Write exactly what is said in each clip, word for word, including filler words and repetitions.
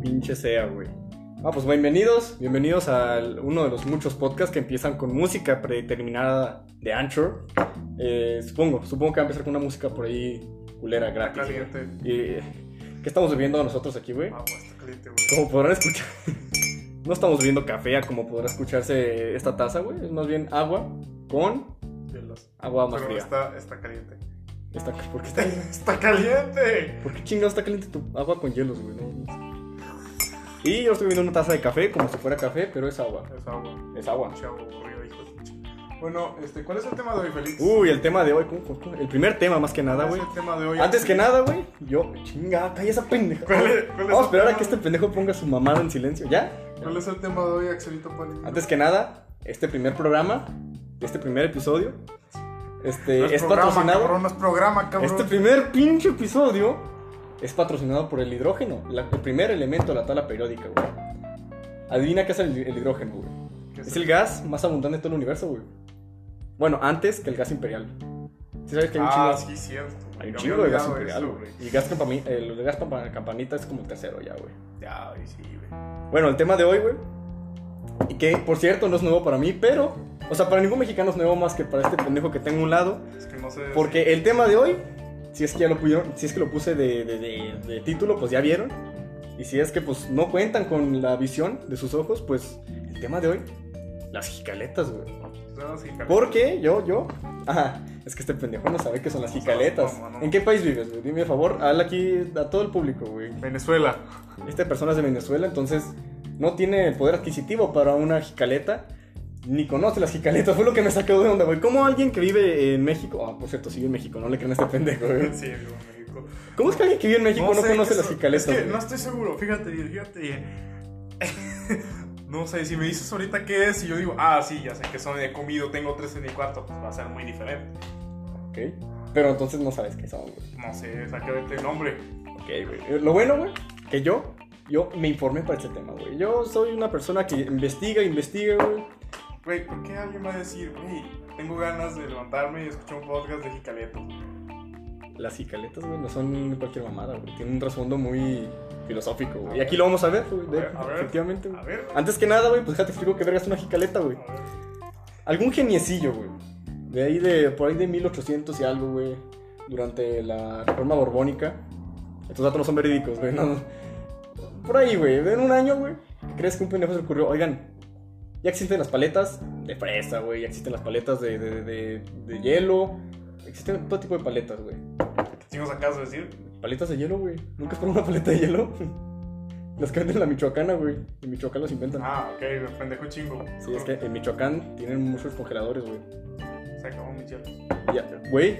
pinche sea, güey. Ah, pues bienvenidos, bienvenidos a uno de los muchos podcasts que empiezan con música predeterminada de Anchor. Eh, supongo, supongo que va a empezar con una música por ahí culera, gratis. Está caliente. Y, ¿qué estamos bebiendo nosotros aquí, güey? Agua, está caliente, güey. Como podrán escuchar, no estamos bebiendo café, como podrá escucharse esta taza, güey. Es más bien agua con Hielos. agua más Pero fría. está, está caliente. Está, ¿por qué está, ¡Está caliente! ¿Por qué chingados está caliente tu agua con hielos, güey? No. Y yo estoy bebiendo una taza de café como si fuera café, pero es agua. Es agua. Es agua. Pinche agua aburrida, hijo de pinche. Bueno, este, ¿cuál es el tema de hoy, Félix? Uy, el tema de hoy, ¿cómo, cómo, cómo? El primer tema más que nada, ¿Cuál güey. es el tema de hoy? Antes que nada, güey, yo, chinga, calla esa pendeja. ¿Cuál es- cuál es Vamos a el esperar tema? a que este pendejo ponga su mamada en silencio, ¿ya? ¿Cuál es el tema de hoy, Axelito Poli? Antes que nada, este primer programa, este primer episodio, este, No es, programa, patrocinado. cabrón, no es programa, cabrón. Este primer pinche episodio es patrocinado por el hidrógeno, la- el primer elemento de la tabla periódica, güey. Adivina qué es el, el hidrógeno, güey. ¿Qué Es el gas más abundante de todo el universo, güey. Bueno, antes que el gas imperial. ¿Sí sabes que hay un Ah, chingo? sí, cierto. Hay un Ya chingo había de gas olvidado imperial, eso, güey. Y gas campami- el gas pampa- campanita es como el tercero ya, güey. Ya, güey, sí, güey. Bueno, el tema de hoy, güey. Y que, por cierto, no es nuevo para mí, pero... O sea, para ningún mexicano es nuevo más que para este pendejo que tengo a un lado. Es que no sé. Porque el tema de hoy, si es que ya lo pudieron, si es que lo puse de, de, de, de título, pues ya vieron. Y si es que pues no cuentan con la visión de sus ojos, pues el tema de hoy, las jicaletas, güey. No, sí, cabrón. Porque yo, yo, ajá, es que este pendejo no sabe qué son las jicaletas. No, no, no. ¿En qué país vives, güey? Dime, por favor, habla aquí a todo el público, güey. Venezuela. Esta persona es de Venezuela, entonces no tiene el poder adquisitivo para una jicaleta, ni conoce las jicaletas. Fue lo que me sacó de onda, güey. ¿Cómo alguien que vive en México, ah, por cierto, sí vive en México, no le creen a este pendejo, güey? Sí, vivo en México. ¿Cómo es que alguien que vive en México no, sé, conoce que las eso- jicaletas? Es que güey? no estoy seguro, fíjate bien, fíjate bien. No sé, si me dices ahorita qué es y yo digo, ah, sí, ya sé que son, he comido, tengo tres en mi cuarto, pues va a ser muy diferente. Ok, pero entonces no sabes qué son, güey. No sé exactamente el nombre. Ok, güey. Lo bueno, güey, que yo, yo me informé para este tema, güey. Yo soy una persona que investiga, investiga, güey. Güey, ¿por qué alguien va a decir, güey, tengo ganas de levantarme y escuchar un podcast de jicaletos? Las jicaletas, güey, no son cualquier mamada, güey. Tienen un trasfondo muy filosófico, güey. Y aquí lo vamos a ver, güey. A de- ver, a ver, Efectivamente, güey. A ver. Antes que nada, güey, pues déjate explico que vergas es una jicaleta, güey. A ver. Algún geniecillo, güey. De ahí de, por ahí de mil ochocientos y algo, güey. Durante la reforma borbónica. Estos datos no son verídicos, güey. No. Por ahí, güey. En un año, güey. ¿Qué crees que un pendejo se le ocurrió? Oigan, ya existen las paletas de fresa, güey. Ya existen las paletas de, de, de, de hielo. Existen todo tipo de paletas, güey. ¿Qué chingos acabas de decir? Paletas de hielo, güey. ¿Nunca has probado una paleta de hielo? Las que venden en la Michoacana, güey. En Michoacán los inventan. Ah, ok, me pendejo chingo. Sí, es que en Michoacán tienen muchos congeladores, güey. Se acabó mi hielo. Ya, güey.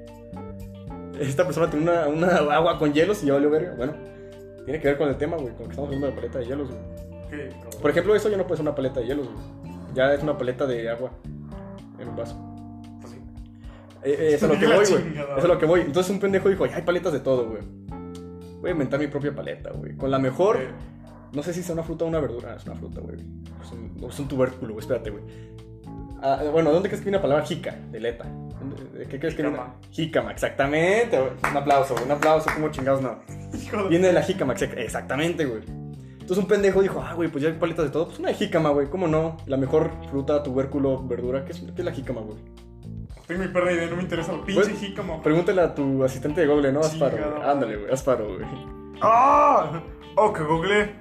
Esta persona tiene una, una agua con hielos y ya valió verga. Bueno, tiene que ver con el tema, güey. Con lo que estamos hablando de la paleta de hielos, güey. Ok, pero... Por ejemplo, eso ya no puede ser una paleta de hielos, güey. Ya es una paleta de agua en un vaso. Pues sí. Eh, eh, eso es a lo que La voy, güey. chingada. Eso es a lo que voy. Entonces un pendejo dijo, "Ay, hay paletas de todo, güey. Voy a inventar mi propia paleta, güey. Con la mejor... Eh, No sé si es una fruta o una verdura. Es una fruta, güey. Es un, es un tubérculo, güey. Espérate, güey. Ah, bueno, ¿dónde crees que viene la palabra jica? De leta. ¿De ¿Qué crees que viene? Jícama. Jícama, exactamente, güey. Un aplauso, güey. Un aplauso. ¿Cómo chingados no? hijo de... Viene de la jícama, exact- exactamente, güey. Entonces un pendejo dijo, ah, güey, pues ya hay paletas de todo. Pues una de jícama, güey. ¿Cómo no? La mejor fruta, tubérculo, verdura. ¿Qué es, qué es la jícama, güey? Tengo mi perra idea, no me interesa el pinche Pues, jícamo. Pregúntale a tu asistente de Google, ¿no? Asparo, güey. Chingada. Ándale, güey. Asparo, güey. ¡Ah! Oh, que googleé.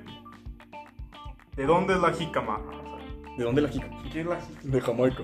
¿De dónde es la jícama? ¿De dónde la jícama? ¿Qué es la jícama? De Jamaica.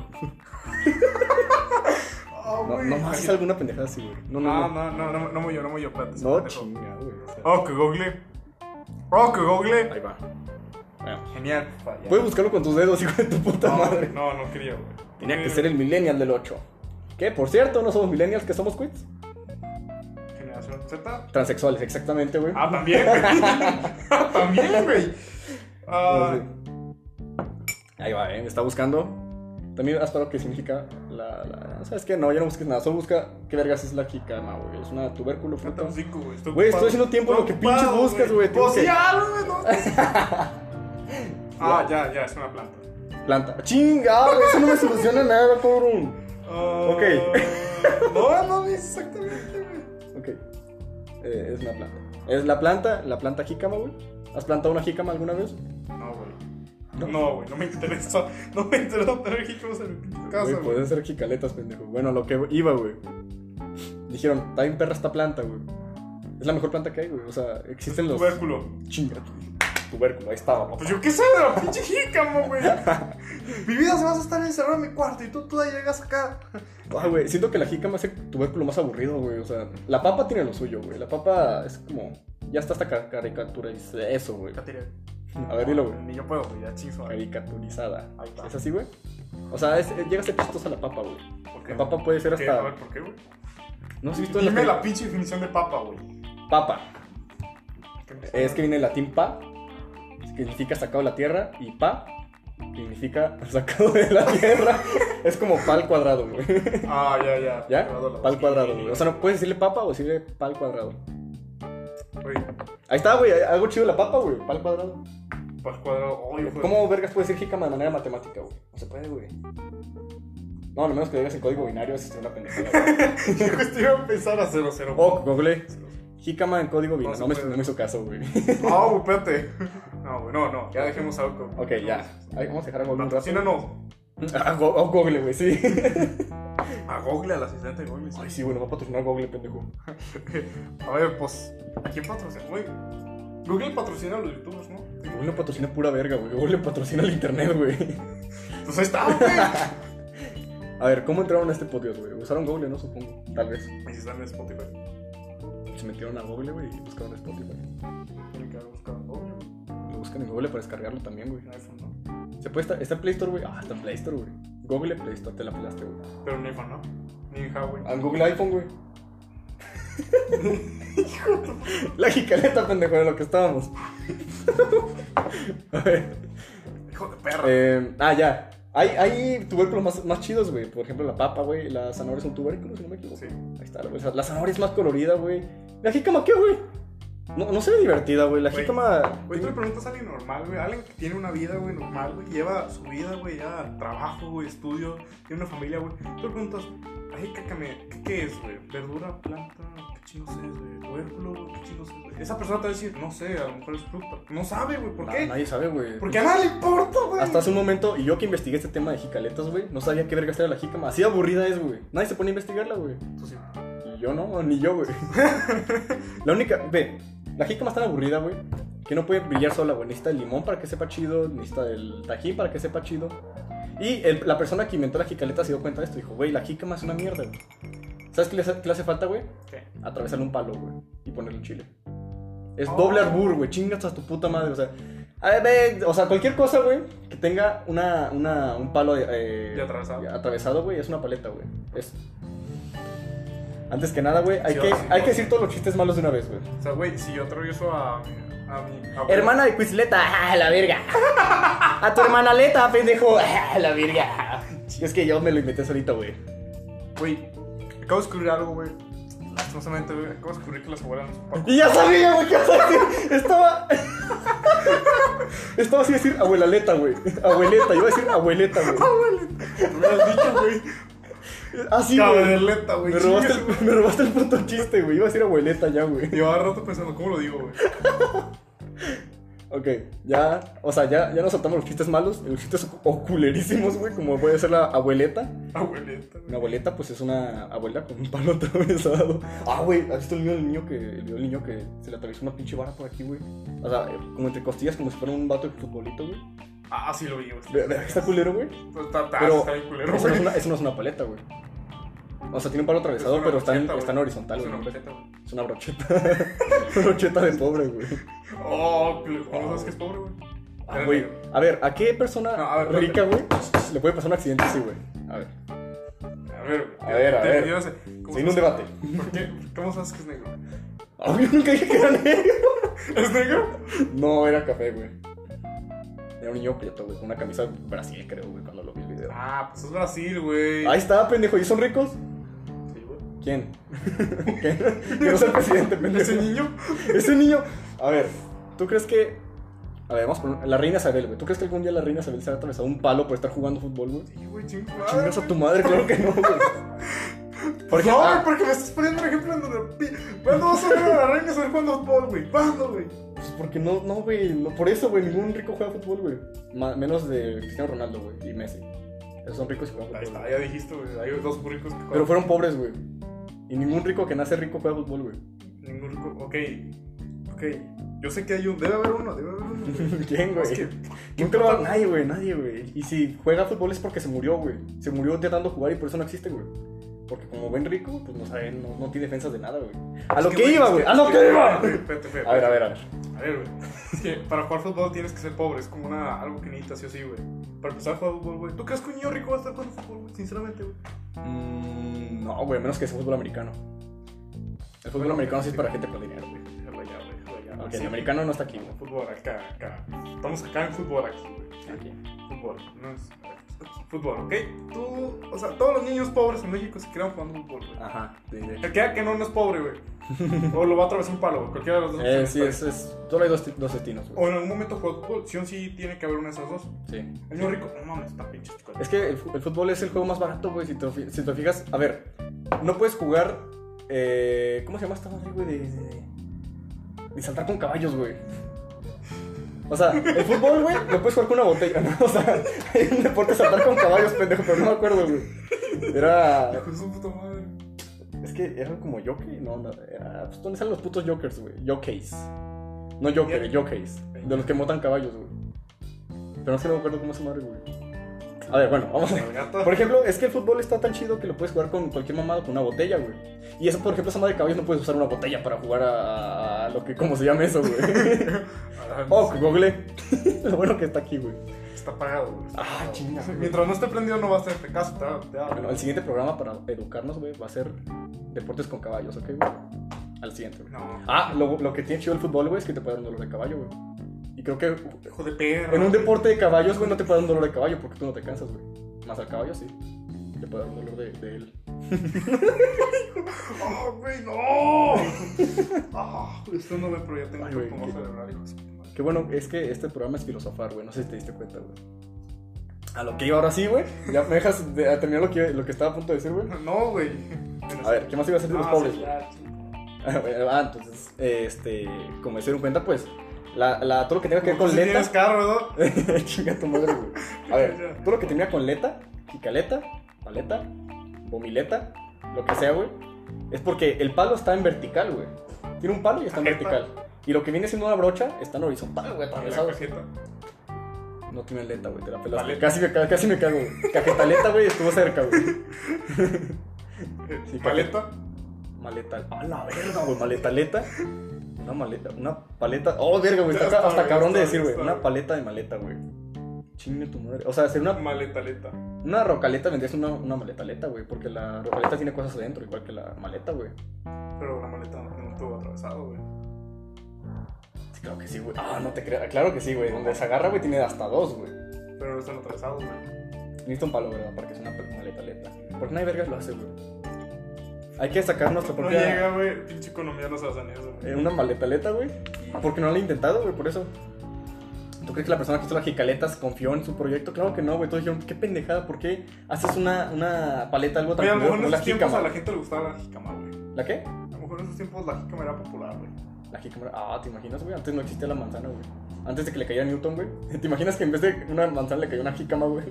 Oh, No, güey. no más es alguna pendejada así, güey. No, No, no, no. no, no, no, no me yo, no me yo, espérate. No, espérate. chinga, güey. o sea, Oh, que googleé. Oh, que googleé. Ahí va. Bueno, Genial. Pa, ya. puedes buscarlo con tus dedos, hijo de tu puta no, madre. No, no quería, güey. Tenía que ser el millennial del ocho. ¿Qué? Por cierto, no somos millennials, que somos quits. Generación Z. Transexuales, exactamente, güey. Ah, también, güey. Ah, también, güey. Ah, Ahí va, eh. Me está buscando. También has qué significa la, la... ¿Sabes qué? No, ya no busques nada. Solo busca qué vergas es la jícama, güey. Es una tubérculo, fruta. Cállate, hocico, güey. Güey, estoy haciendo tiempo en lo que pinches ocupado, buscas, güey. Tengo Pues que- ya, güey, no. Ah, ya, ya, es una planta. Planta. ¡Chinga! güey, eso no me soluciona nada, cabrón. Ah, Ok. No, no, exactamente, güey. Ok. Eh, es una planta. Es la planta, la planta jícama, güey. ¿Has plantado una jícama alguna vez? No, güey. ¿No? No, güey, no me interesa. No me interesa tener jícamas en mi pinche casa, Güey, güey. pueden ser jicaletas, pendejo. Bueno, lo que iba, güey. Dijeron, está bien perra esta planta, güey. Es la mejor planta que hay, güey. O sea, existen los... Tubérculo. Chinga, tubérculo, ahí estaba, papá. Pues yo qué sé de la pinche jícama, güey. Mi vida se va a estar encerrada en mi cuarto y tú, tú ahí llegas acá. Ah, güey, siento que la jícama hace tubérculo más aburrido, güey. O sea, la papa tiene lo suyo, güey. La papa es como... Ya está hasta ca- caricaturizada. Eso, güey. Catiré. A ver, dilo, güey. Ni yo puedo, güey, ya chingo. Caricaturizada. Ahí está. ¿Es así, güey? O sea, es, llega a ser chistosa la papa, güey. ¿Por qué? La papa puede ser ¿Por qué? A ver, hasta... ¿por qué, güey? ¿No has visto Dime la... la pinche definición de papa, güey. Papa. ¿Qué me Es que viene del latín pa, que significa sacado de la tierra, y pa, significa sacado de la tierra. Es como pa al cuadrado, güey. Ah, ya, ya. ¿Ya? Cuadrado, Pa al sí, cuadrado, güey. O sea, no puedes decirle papa o decirle pa al cuadrado. Güey, Ahí está, güey. Algo chido la papa, güey. Pa al cuadrado. pa al cuadrado. Oh, hijo de- ¿Cómo vergas puedes decir jícama de manera matemática, güey? No se puede, güey. No, a lo menos que lo digas en código binario, es una pendejada, güey. Yo estoy a empezar a cero cero. Oh, google. Jícama en código binario. No No, me, se puede. no me hizo caso, güey. Ah, güey, espérate. No, güey, no, no. Ya dejemos algo. Ok, ya. Ahí, vamos a dejar a Google un rato. Patrocínanos. Ah, go- oh, Google, güey, sí. A Google, al asistente de Google. Ay, sí, bueno, va a patrocinar Google, pendejo. A ver, pues, ¿a quién patrocina? Güey, Google patrocina a los youtubers, ¿no? Google patrocina pura verga, güey. Google patrocina el internet, güey. Pues ahí está, güey. A ver, ¿cómo entraron a este podcast, güey? Usaron Google, ¿no? Supongo. Tal vez. Y si están en Spotify. Se metieron a Google, güey, y buscaron Spotify. Tienen que haber buscado en Google, güey. Lo buscan en Google para descargarlo también, güey. En iPhone, ¿no? Se puede estar... ¿Está en Play Store, güey? Ah, está en Play Store, güey. Google Play Store, te la pelaste, güey. Pero en iPhone, ¿no? Ni en Huawei. Ah, en Google iPhone, güey. La jicaleta, pendejo, de lo que estábamos. A ver. Hijo de perra. Eh, ah, ya. Hay, hay tubérculos más, más chidos, güey. Por ejemplo, la papa, güey. La zanahoria es un tubérculo, si no me equivoco. Sí. Ahí está, güey. La zanahoria es más colorida, güey. ¿La jícama qué, güey? No, no se ve divertida, güey. La Güey, jícama... Güey, tú le preguntas a alguien normal, güey. Alguien que tiene una vida, güey, normal, güey. Lleva su vida, güey, ya trabajo, güey, estudio. Tiene una familia, güey. Tú le preguntas, ay, cácame, ¿qué, qué es, güey? ¿Verdura, planta? ¿Qué chingos es, güey? ¿Tubérculo, güey? ¿Qué chingos es, güey? Esa persona te va a decir, no sé, a lo mejor es fruta. No sabe, güey, ¿por No, qué? nadie sabe, güey. Porque a nadie le importa, güey. Hasta hace un momento, y yo que investigué este tema de jicaletas, güey, no sabía qué verga era la jícama. Así aburrida es, güey. Nadie se pone a investigarla, güey. Tú sí. Y yo no, ni yo, güey. La única, ve, la jícama es tan aburrida, güey, que no puede brillar sola, güey. Necesita el limón para que sepa chido, necesita el tajín para que sepa chido. Y el- la persona que inventó la jicaleta se dio cuenta de esto. Dijo, güey, la jícama es una mierda, güey. ¿Sabes qué le, hace- qué le hace falta, güey? ¿Qué? Atravesarle un palo, güey, y ponerle un chile. Es Oh. doble arbur, güey. Chingas a tu puta madre, o sea. A ver, ve, o sea, cualquier cosa, güey, que tenga una, una, un palo eh, Ya atravesado. atravesado, güey, es una paleta, güey. Es. Antes que nada, güey, hay, Sí, que, sí, hay sí. que decir todos los chistes malos de una vez, güey. O sea, güey, si yo atravieso a mi... A mi abuelo- Hermana de Quizleta, ¡ah, la verga! A tu hermana Leta, pendejo, ¡ah, la verga! Es que yo me lo inventé solito, güey. Güey, acabo de descubrir algo, güey. Lastimosamente, güey, acabo de descubrir que las abuelas no son papás. Y ya sabía, güey, qué ibas a decir. Estaba. Estaba así a decir abuelaleta, güey. Abueleta, yo iba a decir abueleta, güey. Me hubieras dicho, güey. Así, güey. Cabeleta, güey. Me robaste, Chingue el, me robaste el puto chiste, güey. Iba a decir abueleta ya, güey. Llevaba rato pensando, ¿cómo lo digo, güey? Ok, ya. O sea, ya, ya nos saltamos los chistes malos. Los chistes oculerísimos, güey. Como puede ser la abueleta. Abueleta, Una güey. abueleta, pues es una abuela con un palo atravesado. Ah, güey, ¿has visto el video del niño que, el video del niño que se le atravesó una pinche vara por aquí, güey? O sea, eh, como entre costillas, como si fuera un vato de futbolito, güey. Ah, sí lo vi, güey. Ve- ve- Está culero, güey. Está, está, Pero está bien culero, eso, no es güey. una, eso no es una paleta, güey. O sea, tiene un palo atravesado, Es una pero está en, brocheta, está en güey. horizontal, Es güey. una brocheta, güey. Es una brocheta. Una brocheta de pobre, güey. Oh, ¿cómo sabes que es pobre, güey? Ah, Era güey. negro. A ver, ¿a qué persona No, a ver, rica, güey, le puede pasar un accidente así, güey? A ver. A ver, A ver, a te- ver. yo no sé, ¿cómo Sin un sabes- debate. ¿Por qué? ¿Cómo sabes que es negro? Ah, yo nunca dije que era negro. ¿Es negro? No, era café, güey. Era un niño prieto, güey, con una camisa de Brasil, creo, güey, cuando lo vi el video. Ah, pues es Brasil, güey. Ahí está, pendejo. ¿Y son ricos? Sí, güey. ¿Quién? ¿Quién? Que no sea el presidente, pendejo. ¿Ese niño? Ese niño. A ver, ¿tú crees que. A ver, vamos a poner. La reina Isabel, güey. ¿Tú crees que algún día la reina Isabel se ha atravesado un palo por estar jugando fútbol, güey? Sí, güey, chingo. Chingas a tu madre, claro que no, güey. Por ejemplo, No, güey, ah, porque me estás poniendo un ejemplo en donde. pi- ¿Cuándo vas a ver a la reina saber cuándo fútbol, güey? ¿Cuándo, güey? Pues porque no, no, güey. No, por eso, güey, ningún rico juega fútbol, güey. Ma- menos de Cristiano Ronaldo, güey, y Messi. Esos son ricos y juegan Ahí fútbol. está, ya dijiste, güey. Hay dos ricos que juegan. Pero fueron pobres, güey. Y ningún rico que nace rico juega fútbol, güey. Ningún rico. Ok. Ok. Yo sé que hay un. Debe haber uno, debe haber uno. güey. ¿Quién, güey? Es que- Nunca lo va a nadie, güey, nadie, güey. Y si juega fútbol es porque se murió, güey. Se murió intentando jugar y por eso no existe, güey. Porque como ven rico, pues no sabe, no, no tiene defensas de nada, güey. A Es lo que, que güey, iba, es güey. que- A lo es que que- iba. Espérate, espérate. A ver, a ver, a ver. A ver, güey. Es que para jugar fútbol tienes que ser pobre. Es como una, algo que necesitas sí o sí, güey. Para empezar a jugar fútbol, güey. ¿Tú crees que un niño rico va a estar jugando fútbol, güey? Sinceramente, güey. Mm, no, güey, menos que sea fútbol americano. El fútbol Bueno, americano sí sí. es para gente con dinero, güey. Déjalo ya, güey. Déjalo ya. Ok, Sí. el americano no está aquí, güey. Fútbol acá, acá. Estamos acá en fútbol aquí, güey. Aquí. Fútbol, no es aquí, fútbol, ¿ok? Tú, o sea, todos los niños pobres en México se quedan jugando fútbol, güey. Ajá, sí, sí. El que diga que no, no es pobre, güey. O lo va a atravesar un palo, güey. Cualquiera de los dos. Eh, opciones sí, está es, es, solo hay dos, ti- dos destinos, bien. güey. O en algún momento juega fútbol, sí o sí tiene que haber una de esas dos. Sí. El niño rico, no mames, está pinche chico. Es que el, fu- el fútbol es el juego más barato, güey. Si te, fi- si te fijas, a ver, no puedes jugar. Eh, ¿Cómo se llama esta madre, güey? De, de, de saltar con caballos, güey. O sea, el fútbol, güey, lo puedes jugar con una botella, ¿no? O sea, hay un deporte de saltar con caballos, pendejo, pero no me acuerdo, güey. Era. Hijo de su puta madre. Es que eran como jockey, no, no, era. Pues, ¿dónde salen los putos jokers, güey? Jockeys. No joker, Bien. jockeys. De los que montan caballos, güey. Pero no sé, no me acuerdo cómo se llama, güey. A ver, bueno, vamos a ver. Gato. Por ejemplo, es que el fútbol está tan chido que lo puedes jugar con cualquier mamada, con una botella, güey. Y eso, por ejemplo, esa madre de caballos no puedes usar una botella para jugar a, a lo que, ¿cómo se llama eso, güey? Ah, Oh, Google. Lo bueno que está aquí, güey. Está apagado, güey. está Ah, apagado. chinga, güey. Mientras no esté prendido, no va a hacerte caso. Te, va- te va- Bueno, el siguiente programa para educarnos, güey, va a ser deportes con caballos, ¿ok, güey? Al siguiente, güey. No. Ah, lo, lo que tiene chido el fútbol, güey, es que te puede dar un dolor de caballo, güey. Y creo que Hijo de perra. en un deporte de caballos, güey, no te puede dar un dolor de caballo porque tú no te cansas, güey. Más al caballo, sí. Te puede dar un dolor de, de él. ¡Oh, güey, no! Ah, esto no ve, pero ya tengo Ay, un güey, tumor qué- cerebral, hijo de su puta madre. Qué bueno, es que este programa es filosofar, güey. No sé si te diste cuenta, güey. A lo que iba ahora sí, güey. Ya me dejas de, a terminar lo que, lo que estaba a punto de decir, güey. No, güey. A ver, ¿qué más iba a hacer de los Ah, pobres, sí, güey? ya, chico. Ah, entonces, este, como se dieron cuenta, pues, la, la, todo lo que tenga que ver Como con tú sí leta. tienes carro, ¿verdad? Chinga tu madre, güey. A ver, todo lo que tenga con leta, jicaleta, paleta, bomileta, lo que sea, güey, es porque el palo está en vertical, güey. Tiene un palo y está en Cajeta. vertical. Y lo que viene siendo una brocha está en horizontal, güey, La atravesado. cajeta. No tiene leta, güey, te la pelaste. Paleta. Casi me, ca- casi me cago, güey. Cajetaleta, güey, estuvo cerca, güey. Sí, Maleta. Maleta. A la verga, güey, maletaleta. Una maleta, una paleta. Oh, verga, güey, Ya está, está, hasta güey, cabrón de está, decir, güey. está, Una güey. paleta de maleta, güey. Chingue tu madre. O sea, hacer una, Maletaleta. una rocaleta vendría siendo una, una maletaleta, güey. Porque la rocaleta tiene cosas adentro, igual que la maleta, güey. Pero la maleta no tiene un tubo atravesado, güey. Sí, claro que sí, güey. Ah, no te creas. Claro que sí, güey. Donde se agarra, güey, tiene hasta dos, güey. Pero no están atravesados, güey. Necesita un palo, ¿verdad? Para que sea una maletaleta. Porque nadie vergas lo hace, güey. Hay que sacar nuestra No propia. llega, güey. Pinche economía no se basa en eso, güey. Eh, una maletaleta, güey. Porque no lo he intentado, güey, por eso. ¿Tú crees que la persona que hizo las jicaletas confió en su proyecto? Claro que no, güey. Todos dijeron, qué pendejada, ¿por qué haces una, una paleta algo tan Oye, a lo mejor culero en como esos tiempos jícama? a la gente le gustaba la jícama, güey. ¿La qué? A lo mejor en esos tiempos la jícama era popular, güey. La jícama. Ah, ¿te imaginas, güey? Antes no existía la manzana, güey. Antes de que le cayera Newton, güey. ¿Te imaginas que en vez de una manzana le cayó una jícama, güey?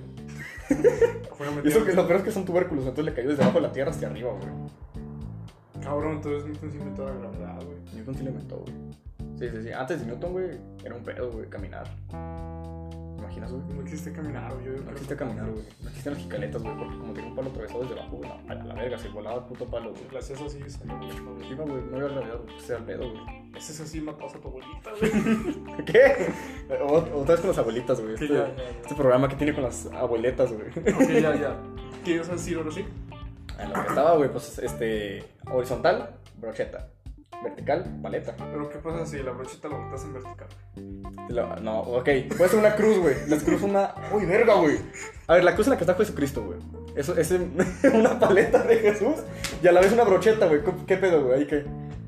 Fue Y eso que lo peor es que son tubérculos, entonces le cayó desde abajo de la tierra hacia arriba, güey. Cabrón, entonces Newton se inventó la gravedad, güey. Newton sí le inventó, güey. Sí, sí, sí. Antes de Newton, güey, era un pedo, güey, caminar. ¿Te imaginas, güey? No existe caminar, güey. Yo No creo existe que- caminar, güey. No existen las jicaletas, güey, porque como tenía un palo atravesado desde abajo, güey, no, a la verga, se volaba el puto palo, güey. La hacías así y salía volando, güey. Encima, güey, no había gravedad, güey, pues era el pedo, güey. Ese es así, matabas a tu abuelita, güey. ¿Qué? O- Otra vez con las abuelitas, güey. Que Este, ya, ya, ya. este programa que tiene con las abueletas, güey. Ok, ya, ya. ¿Qué ibas a decir ahora sí? En lo que estaba, güey, pues, este, horizontal, brocheta. Vertical, paleta. Pero ¿qué pasa si la brocheta la volteas en vertical? La- no, ok, puede ser una cruz, güey. La cruz una... Uy, verga, güey. A ver, la cruz en la que está Jesucristo, güey. Eso es en- una paleta de Jesús y a la vez una brocheta, güey. ¿Qué- ¿Qué pedo, güey? Ahí que...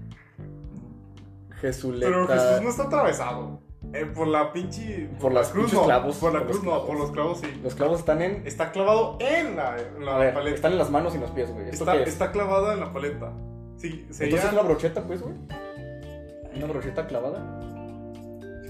Jesuleta... Pero Jesús no está atravesado. Eh, por la pinche. Por las pinches no. clavos, Por la por cruz los no, clavos. por los clavos sí. Los clavos están en... Está clavado en la, en la A ver, paleta. están en las manos y en los pies, güey. ¿Esto Está, qué es? está clavada en la paleta. Sí, sería. Entonces es una brocheta, pues, güey. Una brocheta clavada.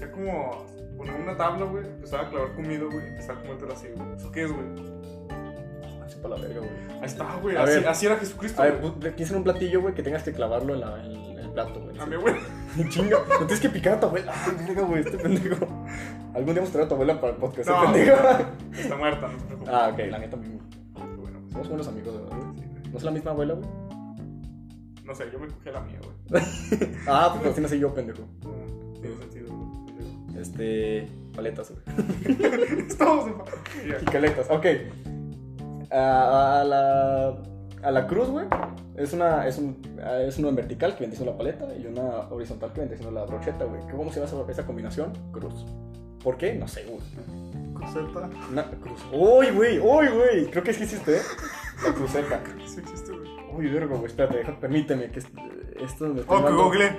hacía como poner una tabla, güey, empezaba a clavar comida, güey, empezaba a comértela así, güey. ¿Eso qué es, güey? Así para la verga, güey. Ahí está, güey, A así, ver. así era Jesucristo, A ver, güey. pu- piensa en un platillo, güey, que tengas que clavarlo en, la, en, en el plato, güey. A mi abuela. Chinga, no tienes que picar a tu abuela. Ay, verga, güey, este pendejo. Algún día vamos a traer a tu abuela para el podcast, No. este pendejo. Está muerta, no te preocupes. Ah, ok, la neta mismo. Qué bueno, pues. Somos buenos amigos, ¿verdad, güey? Sí, güey. ¿No es la misma abuela, güey? No sé, yo me cogí a la mía, güey. Ah, pues así nací yo, pendejo. No, tiene sentido, güey. Este. Paletas, güey. Estamos en... Ya. Y caletas, ok. A, a la. A la cruz, güey. Es una. Es un. Es uno en vertical que viene siendo la paleta y una horizontal que viene siendo la brocheta, güey. ¿Cómo se llama esa, esa combinación? Cruz. ¿Por qué? No sé, güey. Cruceta. Una cruz. ¡Uy, güey! ¡Uy, güey! Creo que sí existe, ¿eh? La cruceta. Sí existe, güey. Uy, vergo, güey. Espérate, deja, permíteme que est- esto me está Oh, que dando- google.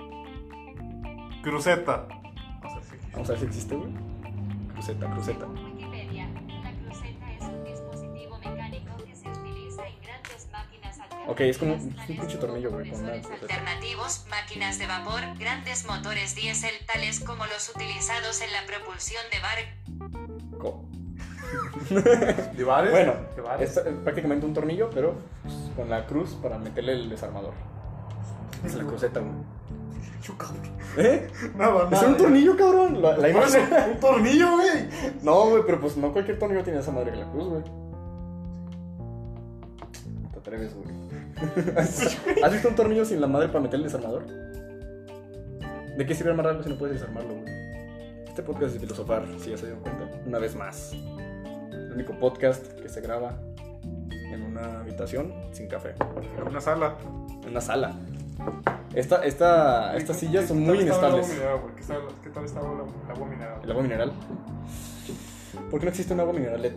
Cruceta. Vamos a ver si existe. Vamos a ver si existe, güey. Cruceta, cruceta. Wikipedia. La cruceta es un dispositivo mecánico que se utiliza en grandes máquinas alternativas. Ok, es como un- un tales pinche como tornillo, güey, con una compresores cruceta. alternativos, máquinas de vapor, grandes motores diésel, tales como los utilizados en la propulsión de barcos. Co- ¿De bares? Bueno, ¿De bares? es eh, prácticamente un tornillo, pero pues, con la cruz para meterle el desarmador. Es la cruceta, güey. Yo, cabrón. ¿Eh? Nada, nada. Es un tornillo, cabrón. La, la Por eso, imagen. un tornillo, güey. No, güey, pero pues no cualquier tornillo tiene esa madre que la cruz, güey. Te atreves, güey. ¿Has visto un tornillo sin la madre para meterle el desarmador? ¿De qué sirve amarrarlo si no puedes desarmarlo, güey? Este podcast es de filosofar, si ya se dieron cuenta. Una vez más. El único podcast que se graba en una habitación sin café. En una sala. En una sala. Esta, esta, estas sillas son muy ¿Qué tal estaba el agua inestables. mineral, güey? ¿Qué tal- ¿Qué tal estaba el el agua mineral? ¿El agua mineral? ¿Por qué no existe un agua mineraleta?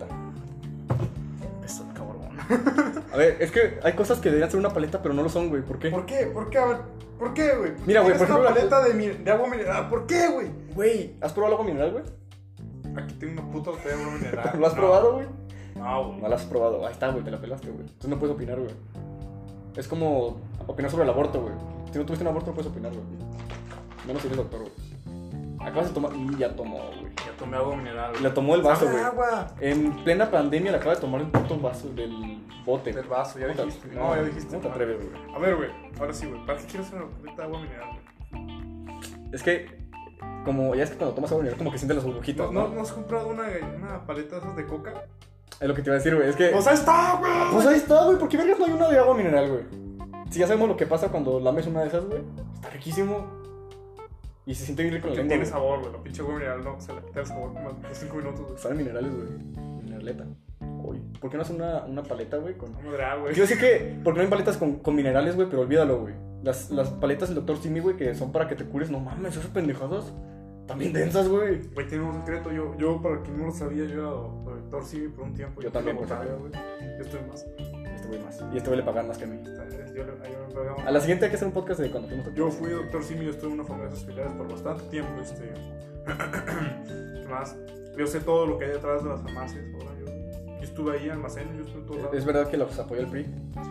Eso, cabrón. A ver, es que hay cosas que deberían ser una paleta, pero no lo son, güey. ¿Por qué? ¿Por qué? ¿Por qué? A ver, ¿por qué, güey? ¿Por Mira, qué güey, tienes por una ejemplo, paleta de, mi- de agua mineral. ¿Por qué, güey? Güey, ¿has probado el agua mineral, güey? Aquí tengo una puta botella de agua mineral. ¿Lo has No. probado, güey? No, güey. No lo has probado. Ahí está, güey, te la pelaste, güey. Entonces no puedes opinar, güey. Es como opinar sobre el aborto, güey. Si no tuviste un aborto, no puedes opinar, güey. Menos si eres doctor, güey. Acabas de tomar. Y ya tomó, güey. Ya tomé agua mineral, Y güey. la tomó el vaso, Sabe güey. a agua. En plena pandemia le acaba de tomar un puto vaso del bote. Del vaso, ya ¿Cómo te- dijiste. No, ya dijiste. ¿Cómo te atreves, güey? A ver, güey. Ahora sí, güey. ¿Para qué quieres una paleta de agua mineral, güey? Es que, como ya es que cuando tomas agua mineral, como que sientes las burbujitas, ¿No, ¿no? no, ¿no has comprado una, una paleta de esas de coca? Es lo que te iba a decir, güey. Es que. Pues ahí está, güey. Pues ahí está, güey. ¿Por qué vergas no hay una de agua mineral, güey? Si ya sabemos lo que pasa cuando lames una de esas, güey. Está riquísimo. Y se siente bien rico en la Que lengua. tiene güey. sabor, güey. La pinche agua mineral no, se le quita el sabor como a los cinco minutos, güey. Saben minerales, güey. Mineraleta. Uy, ¿por qué no hace una, una paleta, güey? Con... Vamos de agua, güey. Quiero decir que, porque no hay paletas con, con minerales, güey, pero olvídalo, güey. Las, las paletas del doctor Simi, güey, que son para que te cures, no mames, esas pendejadas. También densas, güey. Güey, tiene un secreto. Yo, yo, para quien no lo sabía, yo era doctor Simi por un tiempo. Yo fui también, a por Botaria, güey. Yo estoy más. Este güey más. Y este güey le pagan más que a mí. Está- Yo, le- yo me pagaba. A la siguiente hay que hacer un podcast de cuando fuimos doctor. Yo fui doctor Simi, yo estuve en una farmacia hospitalares por bastante tiempo. Este. ¿Qué más? Yo sé todo lo que hay detrás de las farmacias. Ahora yo, yo estuve ahí, almacén, yo estuve en todos lados. ¿Es verdad que los apoyó el P R I?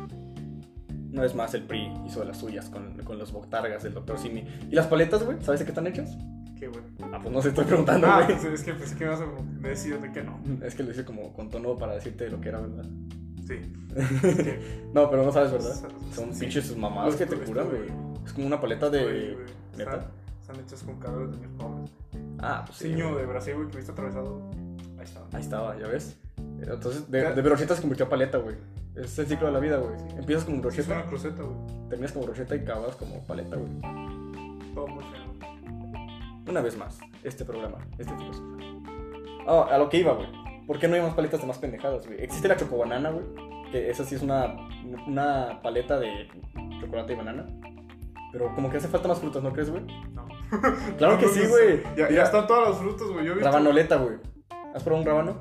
Una vez más, el P R I hizo de las suyas con, con los botargas del doctor Simi. ¿Y las paletas, güey? ¿Sabes de qué están hechas? ¿Qué, güey? Ah, pues no sé, estoy preguntando, Ah, güey. pues, es que pensé que me ibas a decir de que no. Es que lo hice como con tono para decirte lo que era, ¿verdad? Sí. No, pero no sabes, ¿verdad? Son Sí. pinches mamadas que te Estuve- curan, estuve- güey. Es como una paleta Estuve, de... güey. ¿Neta? Están, están hechas con cadáveres de niños pobres. Ah, pues sí. Niño de Brasil, güey, que viste atravesado. Ahí estaba. Ahí estaba, ¿ya ves? Entonces, de, de brocheta se convirtió a paleta, güey. Es el ciclo de la vida, güey. Empiezas como Sí, es una brocheta, cruceta, güey. terminas como brocheta y acabas como paleta, güey. Todo muy feo. Una vez más, este programa, este filósofo. Ah, a lo que iba, güey. ¿Por qué no hay más paletas de más pendejadas, güey? Existe la chocobanana, güey. Que esa sí es una, una paleta de chocolate y banana. Pero como que hace falta más frutas, ¿no crees, güey? No. Claro que No, sí, no, güey. Ya, ya Mira, están todas las frutas, güey. Yo he visto. rabanoleta, güey. ¿Has probado un rábano?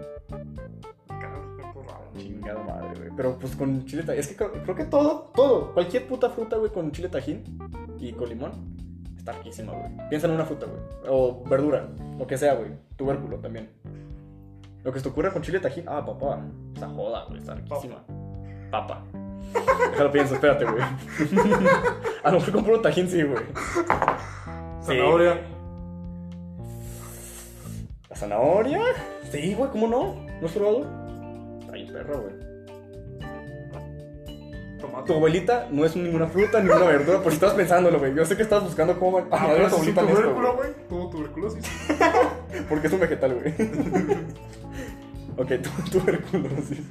Cabrón, no por rábano. Chingada madre, güey. Pero pues con chile tajín. Es que creo, creo que todo, todo. Cualquier puta fruta, güey, con chile tajín y con limón. Está riquísima, güey. Piensa en una fruta, güey. O verdura. Lo que sea, güey. Tubérculo también. Lo que se te ocurra con chile tajín. Ah, papá. Esa joda, güey. Está riquísima. Papa. Déjalo pienso, espérate, güey. A lo mejor compro un tajín, sí, güey. Zanahoria. ¿La zanahoria? Sí, güey, ¿cómo no? ¿No has probado? Ay, perro, güey. Tomate. Tu abuelita no es ninguna fruta, ninguna verdura, por si estabas pensándolo, güey. Yo sé que estabas buscando cómo Ah, añadir a pero tu si abuelita en esto, tubérculo, güey. güey. Tuvo tuberculosis. Porque es un vegetal, güey. Ok, tu tuberculosis.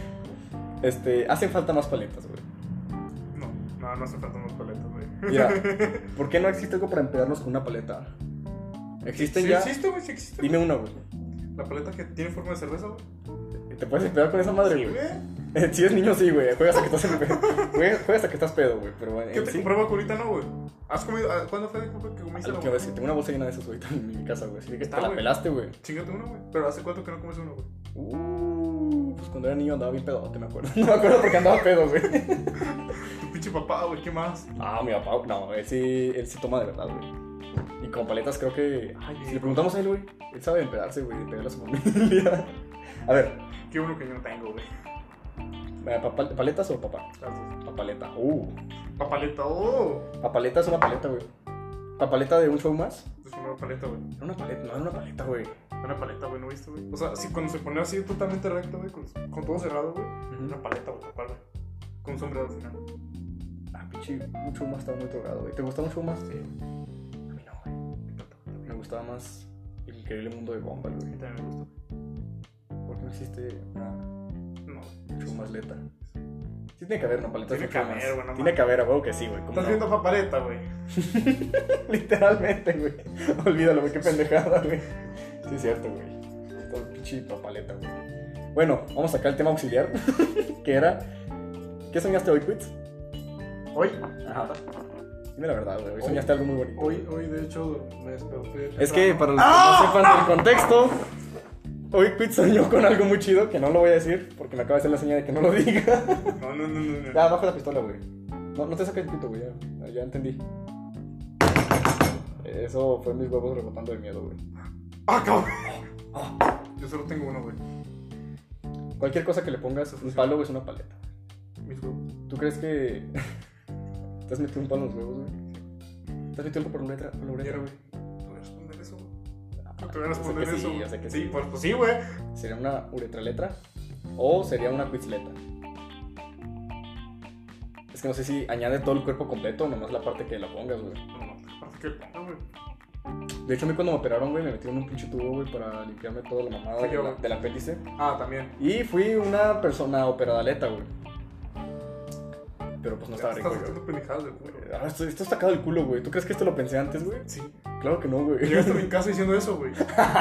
Este, hacen falta más paletas, güey. No, no, no hace falta más paletas, güey. Mira, ¿por qué no existe algo para empedarnos con una paleta? ¿Existen Sí ya? existe, güey, sí existe. Dime una, güey. La paleta que tiene forma de cerveza, güey. ¿Te puedes empedar con esa madre, Sí, güey? güey. Si eres niño, sí, güey. Juegas a que estás en pedo. Juegas juegas a que estás pedo, güey. Pero bueno, ¿Qué en te sí. compré vacunita, no, güey? ¿Has comido? ah, ¿Cuándo fue que comiste Algo la que iba a decir, tengo una bolsa llena de esos ahorita en mi casa, güey. Así que Está, te la güey. pelaste, güey. Chingate una, güey. Pero ¿hace cuánto que no comes una, güey? Uh, pues cuando era niño andaba bien pedote, me acuerdo. No me acuerdo porque andaba pedo, güey. Tu pinche papá, güey, ¿qué más? Ah, mi papá, no, él sí, él sí toma de verdad, güey. Y con paletas creo que. Ay, si le preguntamos a él, güey, él sabe de empedarse, güey, de pegarle a su familia. A ver, Qué bueno que yo no tengo, güey. eh, papal- ¿paletas o papá? Gracias. Papaleta. Uh, Papaleta, oh. papaleta es una paleta, güey. Papaleta de un show más. Es una paleta, güey. Era una paleta, no era una paleta, güey. Una paleta, güey, ¿no viste, güey? O sea, así cuando se pone así totalmente recto, güey, con, con todo cerrado, güey. Una paleta, güey, tal cual, güey. Con un sombrero al final. Ah, pinche, un show más estaba muy drogado, güey. ¿Te gustaba un show más? Sí. A mí no, güey. Me gustaba más el increíble mundo de Gumball, A güey. mí también me gusta. ¿Por qué no existe una, No. un show más leta? Sí tiene que haber una paleta. Tiene de que un show haber, más. güey, no Tiene mames. que haber, a huevo que sí, güey. ¿Cómo Estás no? viendo papaleta, güey. Literalmente, güey. Olvídalo, güey, qué pendejada, güey. Sí, es cierto, güey. Todo pinche papaleta, güey. Bueno, vamos a sacar el tema auxiliar. Que era. ¿Qué soñaste hoy, Quits? Hoy. Ajá. Dime la verdad, güey. Hoy Hoy- soñaste algo muy bonito. Hoy, hoy, de hecho, me desperté. Es que temprano. para los que no sepan el contexto, hoy Quits soñó con algo muy chido que no lo voy a decir porque me acaba de hacer la señal de que no lo diga. No, no, no, no. no. Ya, baja la pistola, güey. No, no te saques el pito, güey. Ya, ya entendí. Eso fue mis huevos rebotando de miedo, güey. ¡Ah, cabrón! Yo solo tengo uno, güey. Cualquier cosa que le pongas, un palo es una paleta. Mis huevos. ¿Tú crees que te has metido un palo en los huevos, güey? ¿Te has metido algo por la uretra? Por la uretra, Quiero, güey. güey. ¿Te voy a responder eso, güey? Ah, ¿Te voy a yo sé responder que eso? sí, yo sé que sí. sí. Pues, pues sí, güey. ¿Sería una uretraletra o sería una quitsleta? Es que no sé si añade todo el cuerpo completo o nomás la parte que la pongas, güey. No, no, aparte que pongo, güey. De hecho, a mí cuando me operaron, güey, me metieron un pinche tubo, güey, para limpiarme toda la mamada Fui de yo, la- güey. del apéndice. Ah, también. Y fui una persona operadaleta, güey. Pero pues no Ya estaba te rico, estás yo. haciendo pendejadas del culo. Ah, esto, esto es sacado del culo, güey. ¿Tú crees que esto lo pensé antes, güey? Sí. Claro que no, güey. Llegaste a mi casa diciendo eso, güey.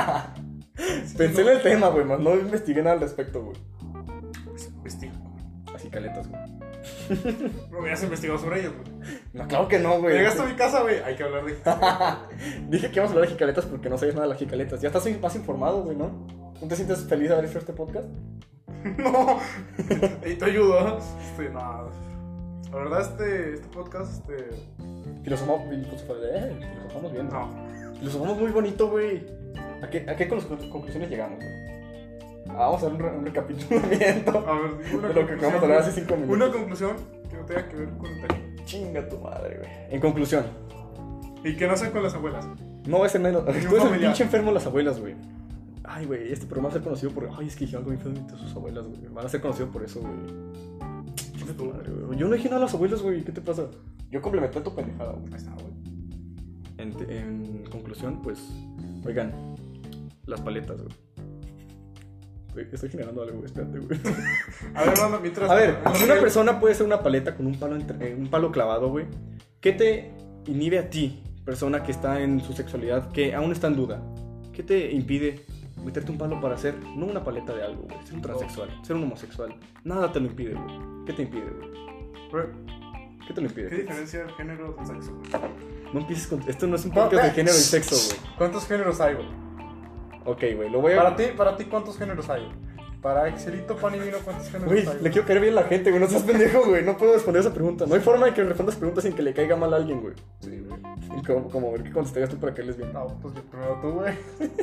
Pensé en el tema, güey, más no investigué nada al respecto, güey. Pues, investiga. Así caletas, güey. No hubieras investigado sobre ellos, güey. No, claro que no, güey. Llegaste a mi casa, güey. Hay que hablar de. Dije que íbamos a hablar de jicaletas porque no sabías nada de las jicaletas. Ya estás más informado, güey, ¿no? ¿No te sientes feliz de haber hecho este podcast? No. Ahí te ayudo, ¿eh? Este, no. La verdad, este, este podcast, este. Filosofamos, eh, filosofamos bien. No. Filosofamos muy bonito, güey. ¿A qué, ¿A qué con- conclusiones llegamos, güey? Ah, vamos a dar un, re- un recapitulamiento A ver, dime una de lo que acabamos de hablar hace cinco minutos. Una conclusión que no tenga que ver con el tema. Chinga tu madre, güey. En conclusión, Y que no sea con las abuelas. no va a ser menos. Tú un eres el familiar. pinche enfermo de las abuelas, güey. Ay, güey, este programa va a ser conocido por. Ay, es que dije algo enfermo de sus abuelas, güey. Van a ser conocidos por eso, güey. Chinga tu madre, güey. Yo no dije nada a las abuelas, güey. ¿Qué te pasa? Yo complementé tu pendejada, güey. Ahí está, güey. En, en conclusión, pues. Oigan, las paletas, güey. Estoy, estoy generando algo, güey. Espérate, güey. A ver, manda, mientras. A ver, si una Miguel- persona puede ser una paleta con un palo, entre- eh, un palo clavado, güey, ¿qué te inhibe a ti, persona que está en su sexualidad, que aún está en duda? ¿Qué te impide meterte un palo para ser, no una paleta de algo, güey, ser un transexual, ser un homosexual? Nada te lo impide, güey. ¿Qué te impide, güey? Güey, ¿Qué te lo impide? ¿qué diferencia el género del sexo, güey? No empieces con... Esto no es un No, podcast de ve. género y sexo, güey. ¿Cuántos géneros hay, güey? Ok, güey, lo voy a... Para ti, para ti, ¿cuántos géneros hay? Para Excelito, Pan y Vino, ¿cuántos géneros Güey, hay? le güey? quiero caer bien a la gente, güey. No seas pendejo, güey. No puedo responder esa pregunta. No hay forma de que respondas preguntas sin que le caiga mal a alguien, güey. Sí, güey. Como, como ver qué contestarías tú para caerles bien. No, pues yo primero tú, güey.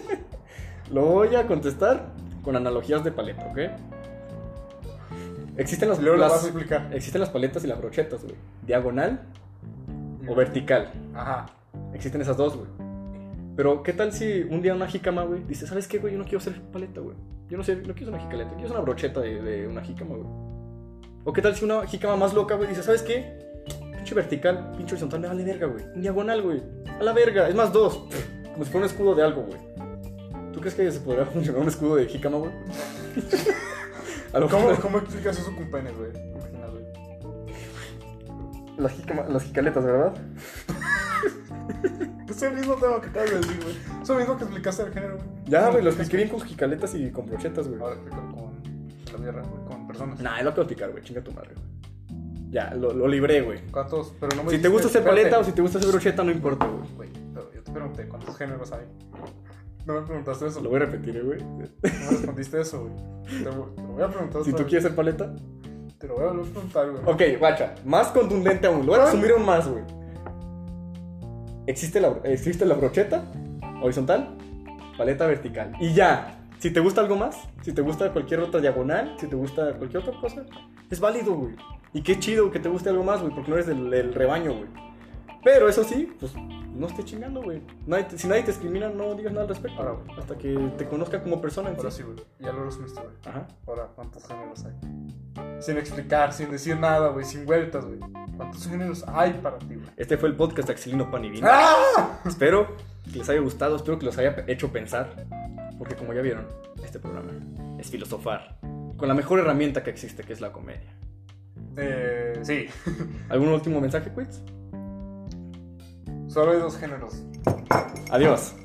Lo voy a contestar con analogías de paleta, ¿ok? Existen las, Luego lo las- vas a explicar. existen las paletas y las brochetas, güey. Diagonal o vertical. Ajá. Existen esas dos, güey. Pero, ¿qué tal si un día una jícama, güey, dice, ¿sabes qué, güey? Yo no quiero ser paleta, güey. Yo no sé, no quiero ser una jicaleta, quiero ser una brocheta de, de una jícama, güey. O qué tal si una jícama más loca, güey, dice, ¿sabes qué? Pinche vertical, pinche horizontal, me vale verga, güey. Un diagonal, güey. A la verga, es más dos. Como si fuera un escudo de algo, güey. ¿Tú crees que se podría funcionar un escudo de jícama, güey? A lo ¿Cómo, mejor- ¿Cómo explicas eso con penes, güey? Imagina, güey. Las, jícama- las jicaletas, ¿verdad? Es el mismo tema que acabas de decir, güey. Es lo mismo que explicaste del género, güey. Ya, güey, lo expliqué bien con jicaletas y con brochetas, güey. Ahora explícalo con la vida real, güey, con personas. Nah, es lo que voy a explicar, güey. Chinga tu madre, güey. Ya, lo, lo libré, güey. ¿Cuántos? Pero no me Si te dijiste- gusta ser espérate. paleta o si te gusta ser brocheta, no importa, güey. Güey, pero yo te pregunté cuántos géneros hay. No me preguntaste eso. Lo voy a repetir, eh, güey. No me respondiste eso, güey. Te, voy- te lo voy a preguntar Si otra tú vez. quieres ser paleta. Te lo voy a volver a preguntar, güey. Ok, guacha. Más contundente aún. Lo voy a resumir aún más, güey. Existe la, existe la brocheta horizontal, paleta vertical. Y ya. Si te gusta algo más, si te gusta cualquier otra diagonal, si te gusta cualquier otra cosa, es válido, güey. Y qué chido que te guste algo más, güey, porque no eres del, del rebaño, güey. Pero eso sí, pues no estés chingando, güey. Nadie te- si nadie te discrimina, no digas nada al respecto. Ahora, güey, güey. hasta que te conozca como persona en Ahora sí. sí, güey. Ya lo resumiste, güey. Ajá. Ahora, ¿cuántos géneros hay? Sin explicar, sin decir nada, güey. Sin vueltas, güey. ¿Cuántos géneros hay para ti, güey? Este fue el podcast de Axelino Pan y Vino. ¡Ah! Espero que les haya gustado, espero que los haya hecho pensar. Porque como ya vieron, este programa es filosofar con la mejor herramienta que existe, que es la comedia. Eh, sí. ¿Algún último mensaje, Quits? Solo hay dos géneros. Adiós.